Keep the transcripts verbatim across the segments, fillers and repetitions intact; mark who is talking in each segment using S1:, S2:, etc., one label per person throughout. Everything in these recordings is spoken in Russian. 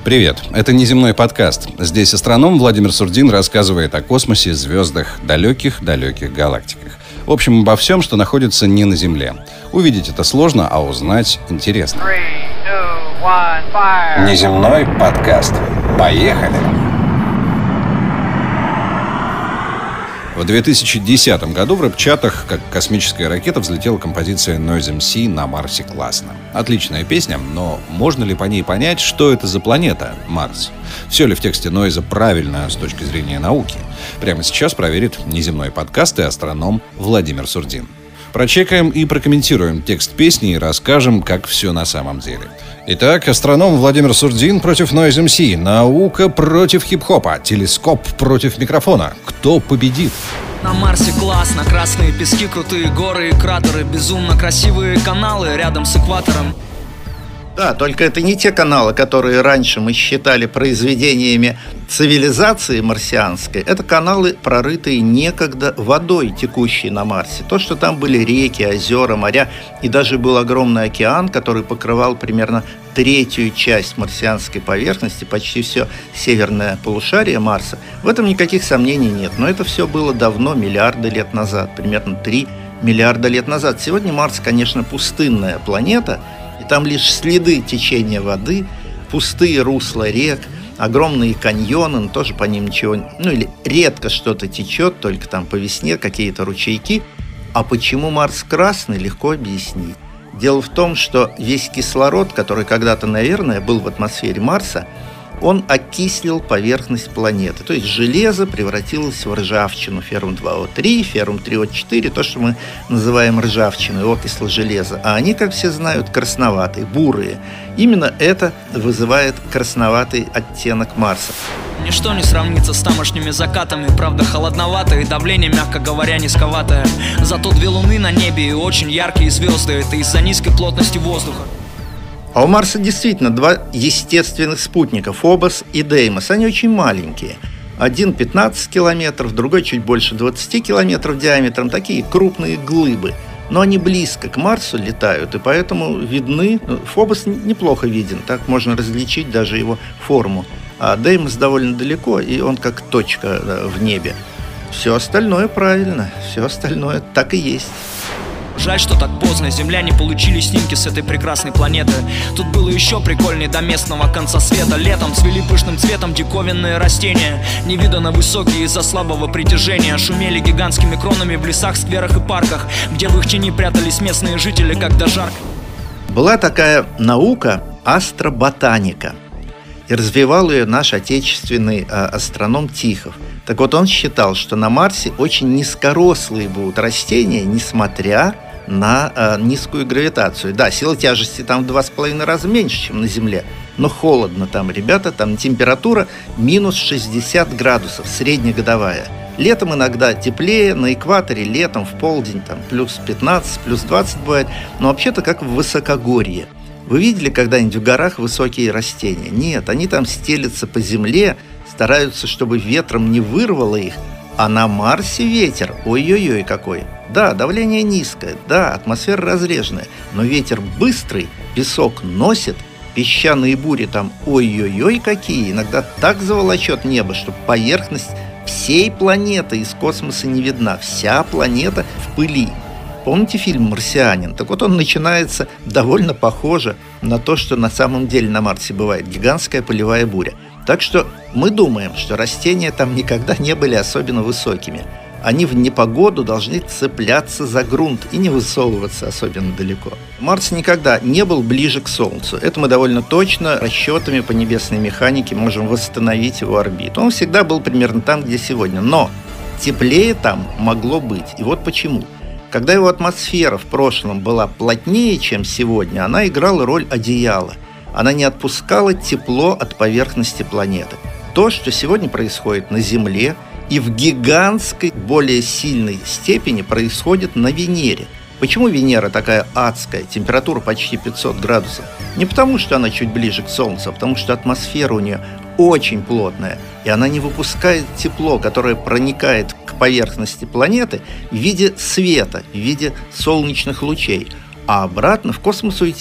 S1: Привет, это «Неземной подкаст». Здесь астроном Владимир Сурдин рассказывает о космосе, звездах, далеких-далеких галактиках. В общем, обо всем, что находится не на Земле. Увидеть это сложно, а узнать интересно.
S2: Three, two, one, fire.
S1: «Неземной подкаст». Поехали! В две тысячи десятом году в Рыбчатах, как космическая ракета, взлетела композиция Noise эм си «На Марсе классно». Отличная песня, но можно ли по ней понять, что это за планета Марс? Все ли в тексте Нойза правильно с точки зрения науки? Прямо сейчас проверит «Неземной подкаст» и астроном Владимир Сурдин. Прочекаем и прокомментируем текст песни и расскажем, как все на самом деле. Итак, астроном Владимир Сурдин против Noise эм си, наука против хип-хопа, телескоп против микрофона. Кто победит?
S3: На Марсе классно, красные пески, крутые горы и кратеры, безумно красивые каналы рядом с экватором.
S4: Да, только это не те каналы, которые раньше мы считали произведениями цивилизации марсианской. Это каналы, прорытые некогда водой, текущей на Марсе. То, что там были реки, озера, моря, и даже был огромный океан, который покрывал примерно третью часть марсианской поверхности, почти все северное полушарие Марса. В этом никаких сомнений нет. Но это все было давно, миллиарды лет назад, примерно три миллиарда лет назад. Сегодня Марс, конечно, пустынная планета, и там лишь следы течения воды, пустые русла рек, огромные каньоны, но тоже по ним ничего, ну или редко что-то течет, только там по весне какие-то ручейки. А почему Марс красный, легко объяснить. Дело в том, что весь кислород, который когда-то, наверное, был в атмосфере Марса, он окислил поверхность планеты. То есть железо превратилось в ржавчину. Феррум два о три, феррум три о четыре, то, что мы называем ржавчиной, окисло железа. А они, как все знают, красноватые, бурые. Именно это вызывает красноватый оттенок Марса.
S3: Ничто не сравнится с тамошними закатами. Правда, холодновато и давление, мягко говоря, низковатое. Зато две луны на небе и очень яркие звезды. Это из-за низкой плотности воздуха.
S4: А у Марса действительно два естественных спутника, Фобос и Деймос. Они очень маленькие. Один пятнадцать километров, другой чуть больше двадцати километров диаметром. Такие крупные глыбы. Но они близко к Марсу летают, и поэтому видны. Фобос неплохо виден, так можно различить даже его форму. А Деймос довольно далеко, и он как точка в небе. Все остальное правильно, все остальное так и есть.
S3: Жаль, что так поздно земляне получили снимки с этой прекрасной планеты. Тут было еще прикольнее до местного конца света. Летом цвели пышным цветом диковинные растения, невиданно высокие из-за слабого притяжения. Шумели гигантскими кронами в лесах, скверах и парках, где в их тени прятались местные жители, когда жарко.
S4: Была такая наука астроботаника, и развивал ее наш отечественный э, астроном Тихов. Так вот, он считал, что на Марсе очень низкорослые будут растения, несмотря на э, низкую гравитацию. Да, сила тяжести там в два с половиной раза меньше, чем на Земле, но холодно там, ребята, там температура минус шестьдесят градусов, среднегодовая. Летом иногда теплее, на экваторе летом в полдень там плюс пятнадцать, плюс двадцать бывает, но вообще-то как в высокогорье. Вы видели когда-нибудь в горах высокие растения? Нет, они там стелятся по земле, стараются, чтобы ветром не вырвало их. А на Марсе ветер, ой-ой-ой какой. Да, давление низкое, да, атмосфера разреженная, но ветер быстрый, песок носит, песчаные бури там ой-ой-ой какие. Иногда так заволочет небо, что поверхность всей планеты из космоса не видна. Вся планета в пыли. Помните фильм «Марсианин»? Так вот, он начинается довольно похоже на то, что на самом деле на Марсе бывает. Гигантская пылевая буря. Так что мы думаем, что растения там никогда не были особенно высокими. Они в непогоду должны цепляться за грунт и не высовываться особенно далеко. Марс никогда не был ближе к Солнцу. Это мы довольно точно расчетами по небесной механике можем восстановить его орбиту. Он всегда был примерно там, где сегодня. Но теплее там могло быть. И вот почему. Когда его атмосфера в прошлом была плотнее, чем сегодня, она играла роль одеяла. Она не отпускала тепло от поверхности планеты. То, что сегодня происходит на Земле, и в гигантской, более сильной степени происходит на Венере. Почему Венера такая адская, температура почти пятьсот градусов? Не потому, что она чуть ближе к Солнцу, а потому что атмосфера у нее очень плотная, и она не выпускает тепло, которое проникает к поверхности планеты в виде света, в виде солнечных лучей. А обратно в космос уйти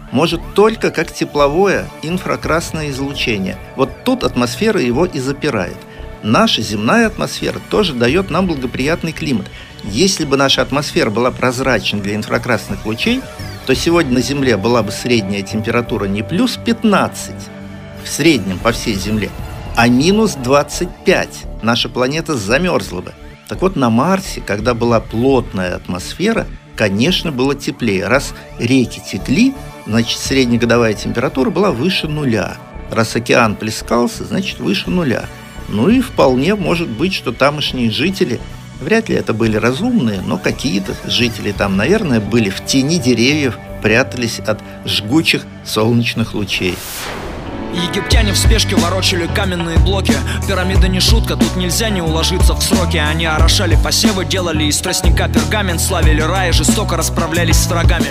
S4: может только как тепловое инфракрасное излучение. Вот тут атмосфера его и запирает. Наша земная атмосфера тоже дает нам благоприятный климат. Если бы наша атмосфера была прозрачна для инфракрасных лучей, то сегодня на Земле была бы средняя температура не плюс пятнадцать в среднем по всей Земле, а минус двадцать пять. Наша планета замерзла бы. Так вот, на Марсе, когда была плотная атмосфера, конечно, было теплее. Раз реки текли, значит, среднегодовая температура была выше нуля. Раз океан плескался, значит, выше нуля. Ну и вполне может быть, что тамошние жители, вряд ли это были разумные, но какие-то жители там, наверное, были в тени деревьев, прятались от жгучих солнечных лучей.
S3: Египтяне в спешке ворочали каменные блоки. Пирамида не шутка, тут нельзя не уложиться в сроки. Они орошали посевы, делали из тростника пергамент, славили рай и жестоко расправлялись с врагами.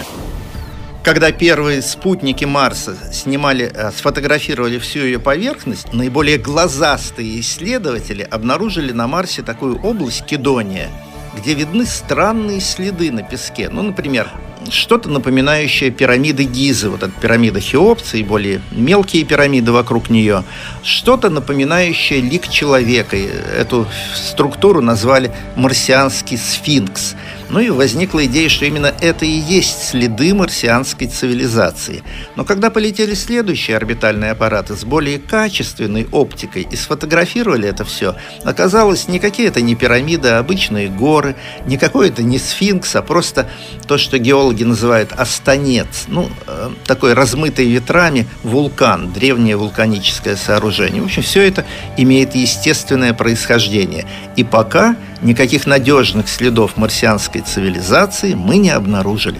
S4: Когда первые спутники Марса снимали, сфотографировали всю ее поверхность, наиболее глазастые исследователи обнаружили на Марсе такую область Кедония, где видны странные следы на песке. Ну, например, что-то напоминающее пирамиды Гизы, вот эта пирамида Хеопса и более мелкие пирамиды вокруг нее, что-то напоминающее лик человека. Эту структуру назвали марсианский сфинкс. Ну и возникла идея, что именно это и есть следы марсианской цивилизации. Но когда полетели следующие орбитальные аппараты с более качественной оптикой и сфотографировали это все, оказалось, никакие это не пирамиды, а обычные горы, никакой это не сфинкс, а просто то, что геологи называют астанец, ну, такой размытый ветрами вулкан, древнее вулканическое сооружение. В общем, все это имеет естественное происхождение. И пока никаких надежных следов марсианской цивилизации мы не обнаружили.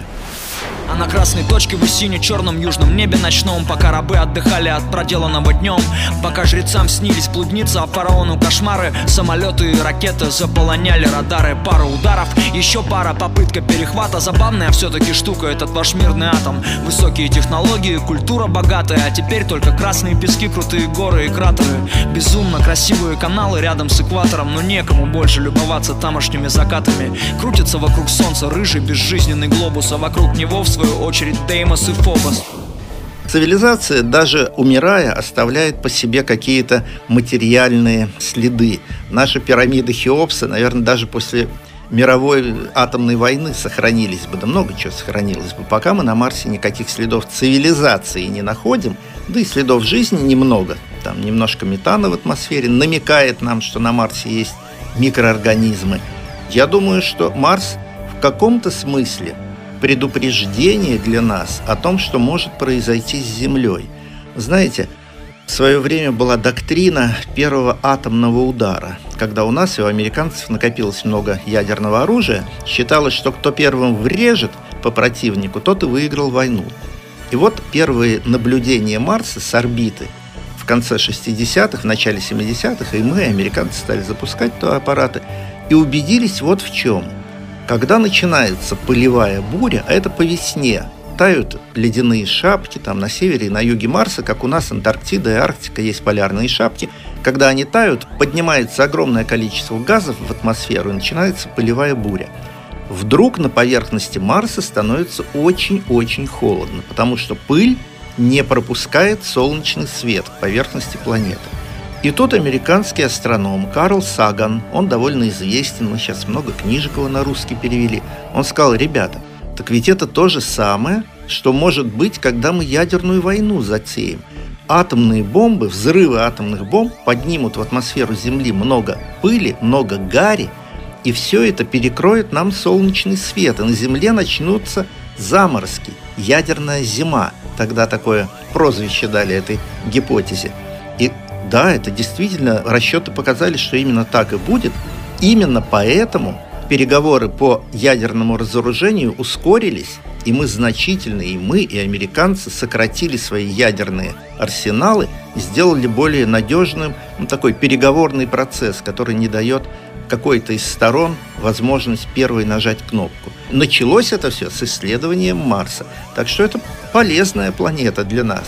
S3: А на красной точке в сине-черном южном небе ночном, пока рабы отдыхали от проделанного днем, пока жрецам снились блудницы, а фараону кошмары, самолеты и ракеты заполоняли радары. Пара ударов, еще пара, попытка перехвата. Забавная все-таки штука этот ваш мирный атом. Высокие технологии, культура богатая, а теперь только красные пески, крутые горы и кратеры. Безумно красивые каналы рядом с экватором, но некому больше любоваться тамошними закатами. Крутится вокруг солнца рыжий безжизненный глобус, а вокруг него в свою очередь Деймос и Фобос.
S4: Цивилизация, даже умирая, оставляет по себе какие-то материальные следы. Наша пирамида Хеопса, наверное, даже после мировой атомной войны сохранились бы, да много чего сохранилось бы. Пока мы на Марсе никаких следов цивилизации не находим, да и следов жизни немного. Там немножко метана в атмосфере намекает нам, что на Марсе есть микроорганизмы. Я думаю, что Марс в каком-то смысле предупреждение для нас о том, что может произойти с Землей. Знаете, в свое время была доктрина первого атомного удара. Когда у нас и у американцев накопилось много ядерного оружия, считалось, что кто первым врежет по противнику, тот и выиграл войну. И вот первые наблюдения Марса с орбиты в конце шестидесятых, в начале семидесятых, и мы, американцы, стали запускать то аппараты, и убедились вот в чем. Когда начинается пылевая буря, а это по весне, тают ледяные шапки, там на севере и на юге Марса, как у нас Антарктида и Арктика, есть полярные шапки. Когда они тают, поднимается огромное количество газов в атмосферу и начинается пылевая буря. Вдруг на поверхности Марса становится очень-очень холодно, потому что пыль не пропускает солнечный свет к поверхности планеты. И тут американский астроном Карл Саган, он довольно известен, мы сейчас много книжек его на русский перевели, он сказал: ребята, так ведь это то же самое, что может быть, когда мы ядерную войну затеем. Атомные бомбы, взрывы атомных бомб поднимут в атмосферу Земли много пыли, много гари, и все это перекроет нам солнечный свет, и на Земле начнутся заморозки, ядерная зима. Тогда такое прозвище дали этой гипотезе. И да, это действительно, расчеты показали, что именно так и будет. Именно поэтому переговоры по ядерному разоружению ускорились, и мы значительно, и мы, и американцы сократили свои ядерные арсеналы и сделали более надежным ну, такой переговорный процесс, который не дает какой-то из сторон возможность первой нажать кнопку. Началось это все с исследованием Марса, так что это полезная планета для нас.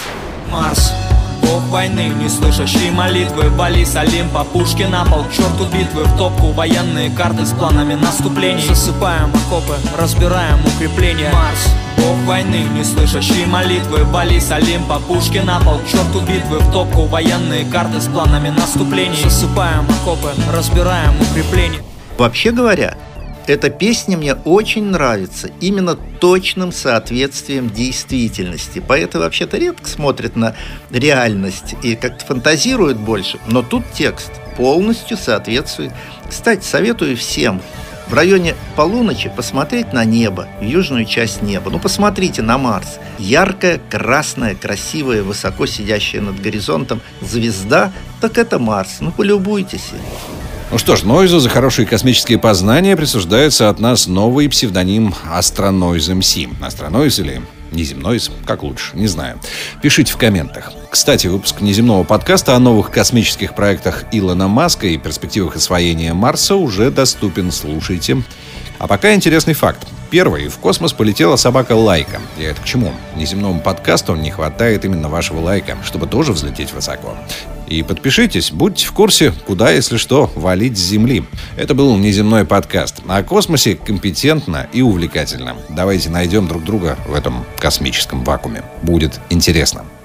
S3: Марс. Бог войны, не слышащий молитвы, вали с Олимпа, пушки на пол, к черту битвы, в топку военные карты с планами наступлений. Засыпаем окопы, разбираем укрепления. Марс, бог войны, не слышащий молитвы. Вали с Олимпа, пушки на пол, к черту битвы. В топку военные карты с планами наступлений. Засыпаем окопы, разбираем укрепления.
S4: Вообще говоря, эта песня мне очень нравится именно точным соответствием действительности. Поэты вообще-то редко смотрят на реальность и как-то фантазируют больше, но тут текст полностью соответствует. Кстати, советую всем в районе полуночи посмотреть на небо, в южную часть неба. Ну, посмотрите на Марс. Яркая, красная, красивая, высоко сидящая над горизонтом звезда, так это Марс. Ну, полюбуйтесь.
S1: Ну что ж, Нойзу за хорошие космические познания присуждается от нас новый псевдоним Астронойз эм си. Астронойз или Неземнойз, как лучше, не знаю. Пишите в комментах. Кстати, выпуск неземного подкаста о новых космических проектах Илона Маска и перспективах освоения Марса уже доступен, слушайте. А пока интересный факт. Первой в космос полетела собака Лайка. И это к чему? Неземному подкасту не хватает именно вашего лайка, чтобы тоже взлететь высоко. И подпишитесь, будьте в курсе, куда, если что, валить с Земли. Это был неземной подкаст о космосе компетентно и увлекательно. Давайте найдем друг друга в этом космическом вакууме. Будет интересно.